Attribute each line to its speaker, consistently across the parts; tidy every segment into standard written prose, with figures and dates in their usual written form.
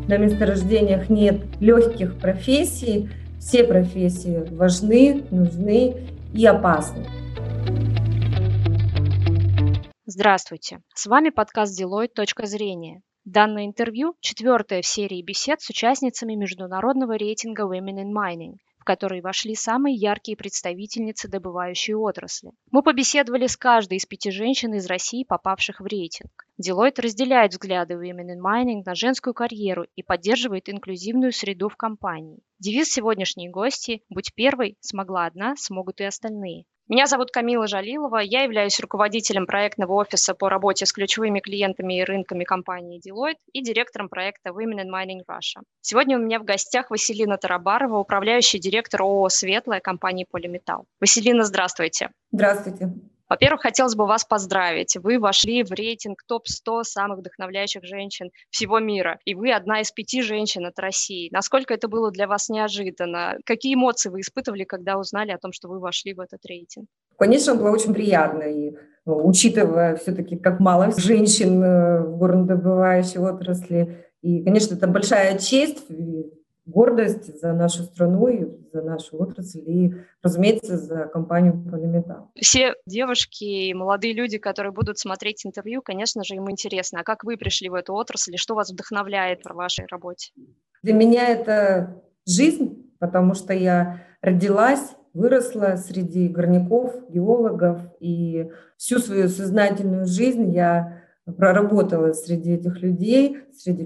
Speaker 1: На месторождениях нет легких профессий, все профессии важны, нужны и опасны.
Speaker 2: Здравствуйте, с вами подкаст Deloitte «Точка зрения». Данное интервью – четвертое в серии бесед с участницами международного рейтинга Women in Mining, в который вошли самые яркие представительницы добывающей отрасли. Мы побеседовали с каждой из 5 женщин из России, попавших в рейтинг. Deloitte разделяет взгляды Women in Mining на женскую карьеру и поддерживает инклюзивную среду в компании. Девиз сегодняшней гости «Будь первой, смогла одна, смогут и остальные». Меня зовут Камила Жалилова, я являюсь руководителем проектного офиса по работе с ключевыми клиентами и рынками компании Deloitte и директором проекта Women in Mining Russia. Сегодня у меня в гостях Василина Тарабарова, управляющий директор ООО «Светлая» компании «Полиметалл». Василина, здравствуйте.
Speaker 1: Здравствуйте.
Speaker 2: Во-первых, хотелось бы вас поздравить. Вы вошли в рейтинг топ-100 самых вдохновляющих женщин всего мира. И вы одна из 5 женщин от России. Насколько это было для вас неожиданно? Какие эмоции вы испытывали, когда узнали о том, что вы вошли в этот рейтинг?
Speaker 1: Конечно, было очень приятно. И учитывая все-таки, как мало женщин в горнодобывающей отрасли. И, конечно, это большая честь, гордость за нашу страну и за нашу отрасль, и, разумеется, за компанию «Полиметалл».
Speaker 2: Все девушки и молодые люди, которые будут смотреть интервью, конечно же, им интересно, а как вы пришли в эту отрасль, и что вас вдохновляет в вашей работе?
Speaker 1: Для меня это жизнь, потому что я родилась, выросла среди горняков, геологов, и всю свою сознательную жизнь я проработала среди этих людей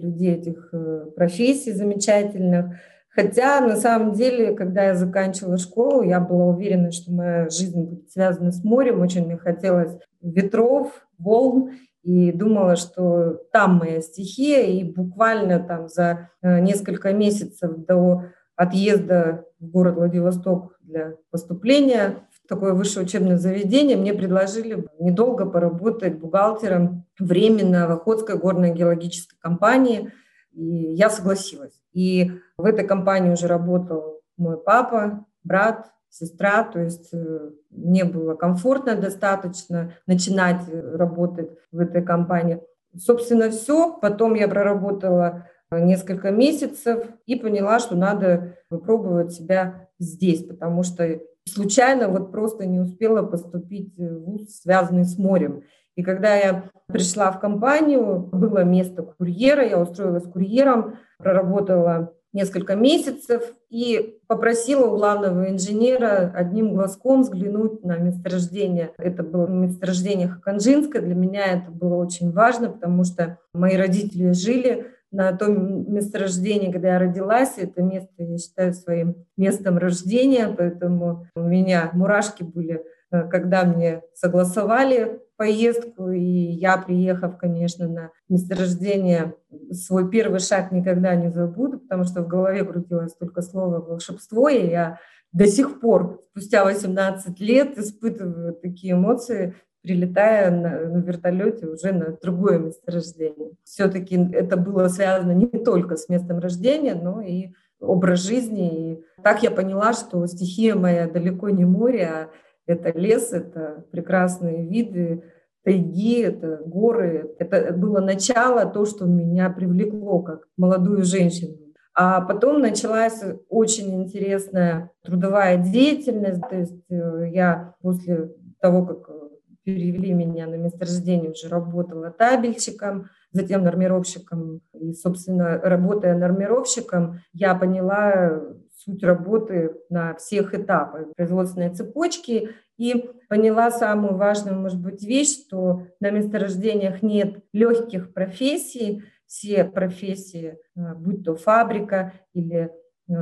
Speaker 1: этих профессий замечательных. Хотя, на самом деле, когда я заканчивала школу, я была уверена, что моя жизнь будет связана с морем. Очень мне хотелось ветров, волн. И думала, что там моя стихия. И буквально там за несколько месяцев до отъезда в город Владивосток для поступления в такое высшее учебное заведение мне предложили недолго поработать бухгалтером временно в Охотской горно-геологической компании. И я согласилась. И в этой компании уже работал мой папа, брат, сестра, то есть мне было комфортно достаточно начинать работать в этой компании. Собственно, все. Потом я проработала несколько месяцев и поняла, что надо попробовать себя здесь, потому что случайно вот просто не успела поступить в вуз, связанный с морем. И когда я пришла в компанию, было место курьера, я устроилась курьером, проработала несколько месяцев и попросила у главного инженера одним глазком взглянуть на месторождение. Это было месторождение Хаканжинское. Для меня это было очень важно, потому что мои родители жили на том месторождении, когда я родилась. Это место я считаю своим местом рождения, поэтому у меня мурашки были, когда мне согласовали поездку, и я, приехав, конечно, на месторождение, свой первый шаг никогда не забуду, потому что в голове крутилось только слово «волшебство», и я до сих пор, спустя 18 лет, испытываю такие эмоции, прилетая на вертолете уже на другое месторождение. Все-таки это было связано не только с местом рождения, но и образ жизни. И так я поняла, что стихия моя далеко не море, а это лес, это прекрасные виды, тайги, это горы. Это было начало, то, что меня привлекло как молодую женщину. А потом началась очень интересная трудовая деятельность. То есть я после того, как перевели меня на месторождение, уже работала табельщиком, затем нормировщиком. И, собственно, работая нормировщиком, я поняла суть работы на всех этапах производственной цепочки и поняла самую важную, может быть, вещь, что на месторождениях нет легких профессий. Все профессии, будь то фабрика или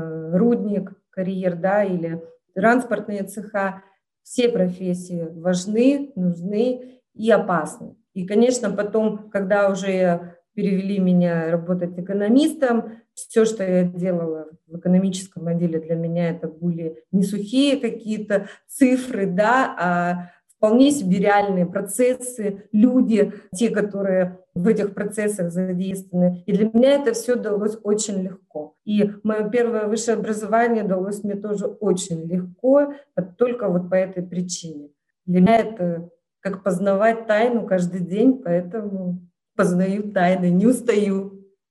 Speaker 1: рудник, карьер, да, или транспортные цеха, все профессии важны, нужны и опасны. И, конечно, потом, когда уже перевели меня работать экономистом, все, что я делала в экономическом отделе, для меня это были не сухие какие-то цифры, да, а вполне себе реальные процессы, люди, те, которые в этих процессах задействованы. И для меня это все далось очень легко. И мое первое высшее образование далось мне тоже очень легко, только вот по этой причине. Для меня это как познавать тайну каждый день, поэтому познаю тайны, не устаю.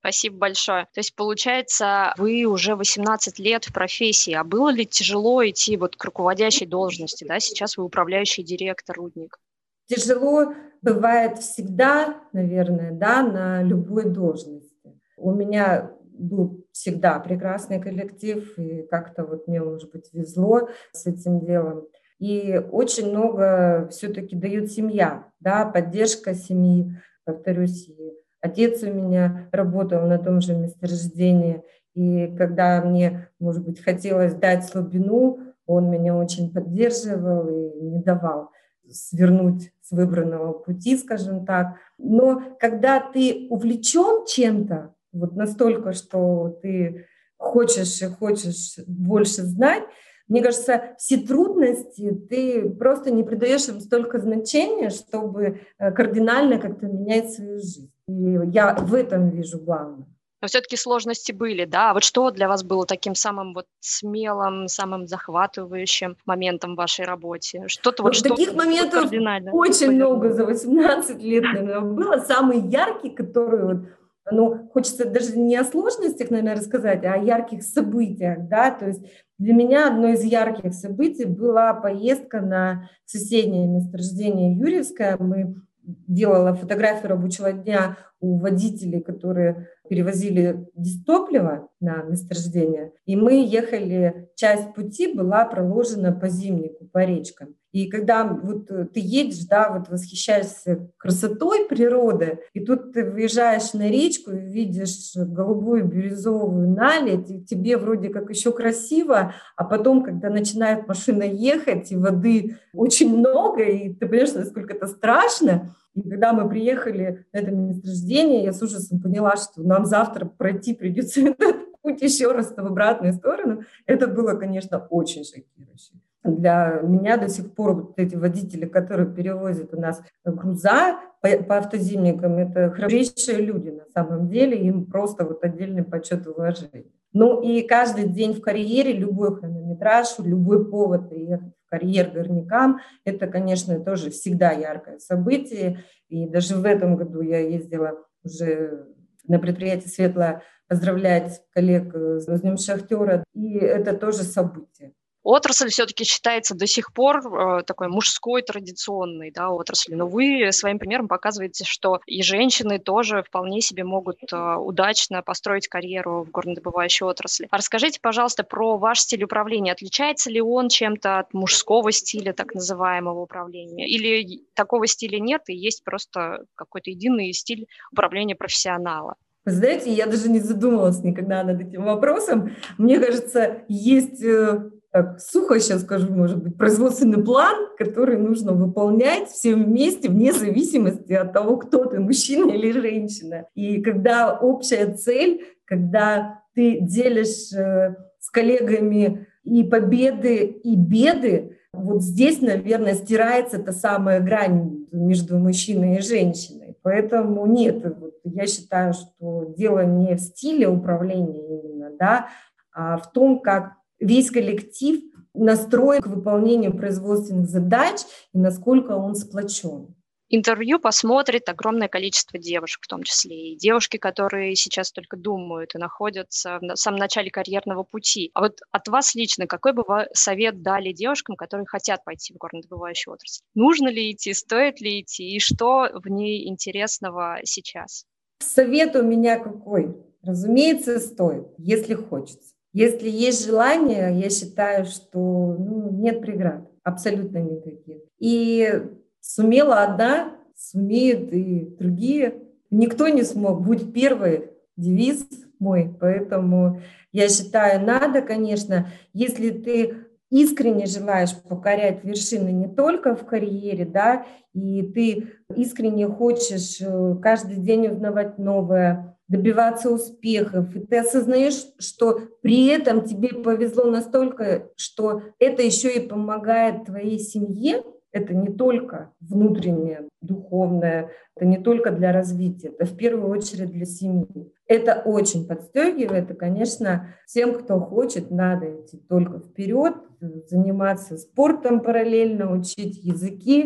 Speaker 2: Спасибо большое. То есть, получается, вы уже 18 лет в профессии, а было ли тяжело идти вот к руководящей должности, да? Сейчас вы управляющий директор «Рудник».
Speaker 1: Тяжело бывает всегда, наверное, да, на любой должности. У меня был всегда прекрасный коллектив, и как-то вот мне, может быть, везло с этим делом. И очень много все-таки дает семья, да, поддержка семьи, повторюсь, и отец у меня работал на том же месторождении, и когда мне, может быть, хотелось дать слабину, он меня очень поддерживал и не давал свернуть с выбранного пути, скажем так. Но когда ты увлечен чем-то, вот настолько, что ты хочешь и хочешь больше знать, мне кажется, все трудности ты просто не придаешь им столько значения, чтобы кардинально как-то менять свою жизнь. И я в этом вижу главное.
Speaker 2: Но все-таки сложности были, да? А вот что для вас было таким самым вот смелым, самым захватывающим моментом в вашей работе? Что-то вот,
Speaker 1: Ну,
Speaker 2: что
Speaker 1: таких моментов
Speaker 2: кардинально
Speaker 1: очень много
Speaker 2: повернуло?
Speaker 1: за 18 лет, наверное, было. Самый яркий, который вот, ну, хочется даже не о сложностях, наверное, рассказать, а о ярких событиях, да, то есть для меня одно из ярких событий была поездка на соседнее месторождение Юрьевское. Мы делала фотографию рабочего дня у водителей, которые перевозили дистопливо на месторождение. И мы ехали, часть пути была проложена по зимнику, по речкам. И когда вот ты едешь, да, вот восхищаешься красотой природы, и тут ты выезжаешь на речку и видишь голубую бирюзовую наледь, и тебе вроде как еще красиво, а потом, когда начинает машина ехать, и воды очень много, и ты понимаешь, насколько это страшно. И когда мы приехали на это месторождение, я с ужасом поняла, что нам завтра пройти придется этот путь еще раз в обратную сторону. Это было, конечно, очень шокирующе. Для меня до сих пор вот эти водители, которые перевозят у нас груза по автозимникам, это храбрейшие люди на самом деле, им просто вот отдельный почет и уважение. Ну и каждый день в карьере, любой хронометраж, любой повод приехать в карьер горнякам, это, конечно, тоже всегда яркое событие. И даже в этом году я ездила уже на предприятие «Светлое» поздравлять коллег с Днем шахтера, и это тоже событие.
Speaker 2: Отрасль все-таки считается до сих пор такой мужской, традиционной, да, отраслью. Но вы своим примером показываете, что и женщины тоже вполне себе могут удачно построить карьеру в горнодобывающей отрасли. А расскажите, пожалуйста, про ваш стиль управления. Отличается ли он чем-то от мужского стиля, так называемого управления? Или такого стиля нет, и есть просто какой-то единый стиль управления профессионала?
Speaker 1: Вы знаете, я даже не задумывалась никогда над этим вопросом. Мне кажется, есть, так сухо сейчас скажу, может быть, производственный план, который нужно выполнять всем вместе, вне зависимости от того, кто ты, мужчина или женщина. И когда общая цель, когда ты делишь с коллегами и победы, и беды, вот здесь, наверное, стирается та самая грань между мужчиной и женщиной. Поэтому нет, я считаю, что дело не в стиле управления именно, да, а в том, как весь коллектив настроен к выполнению производственных задач и насколько он сплочен.
Speaker 2: Интервью посмотрит огромное количество девушек, в том числе и девушки, которые сейчас только думают и находятся в самом начале карьерного пути. А вот от вас лично какой бы вы совет дали девушкам, которые хотят пойти в горнодобывающую отрасль? Нужно ли идти, стоит ли идти и что в ней интересного сейчас?
Speaker 1: Совет у меня какой? Разумеется, стоит, если хочется. Если есть желание, я считаю, что нет преград, абсолютно никаких. И сумела одна, сумеют и другие. Никто не смог. Будь первой, девиз мой. Поэтому я считаю, надо, конечно, если ты искренне желаешь покорять вершины не только в карьере, да, и ты искренне хочешь каждый день узнавать новое, добиваться успехов, и ты осознаешь, что при этом тебе повезло настолько, что это еще и помогает твоей семье. Это не только внутреннее, духовное, это не только для развития, это в первую очередь для семьи. Это очень подстегивает, и, конечно, всем, кто хочет, надо идти только вперед, заниматься спортом параллельно, учить языки,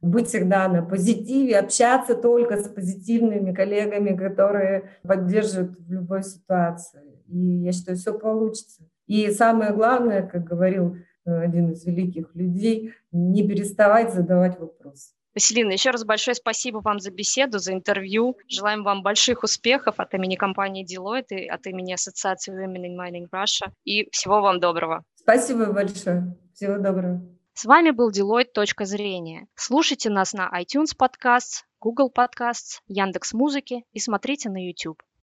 Speaker 1: быть всегда на позитиве, общаться только с позитивными коллегами, которые поддерживают в любой ситуации. И я считаю, все получится. И самое главное, как говорил один из великих людей, не переставать задавать вопросы.
Speaker 2: Василина, еще раз большое спасибо вам за беседу, за интервью. Желаем вам больших успехов от имени компании Deloitte и от имени Ассоциации Women in Mining Russia. И всего вам доброго.
Speaker 1: Спасибо большое. Всего доброго.
Speaker 2: С вами был Deloitte «Точка зрения». Слушайте нас на iTunes Podcasts, Google Podcasts, Яндекс.Музыке и смотрите на YouTube.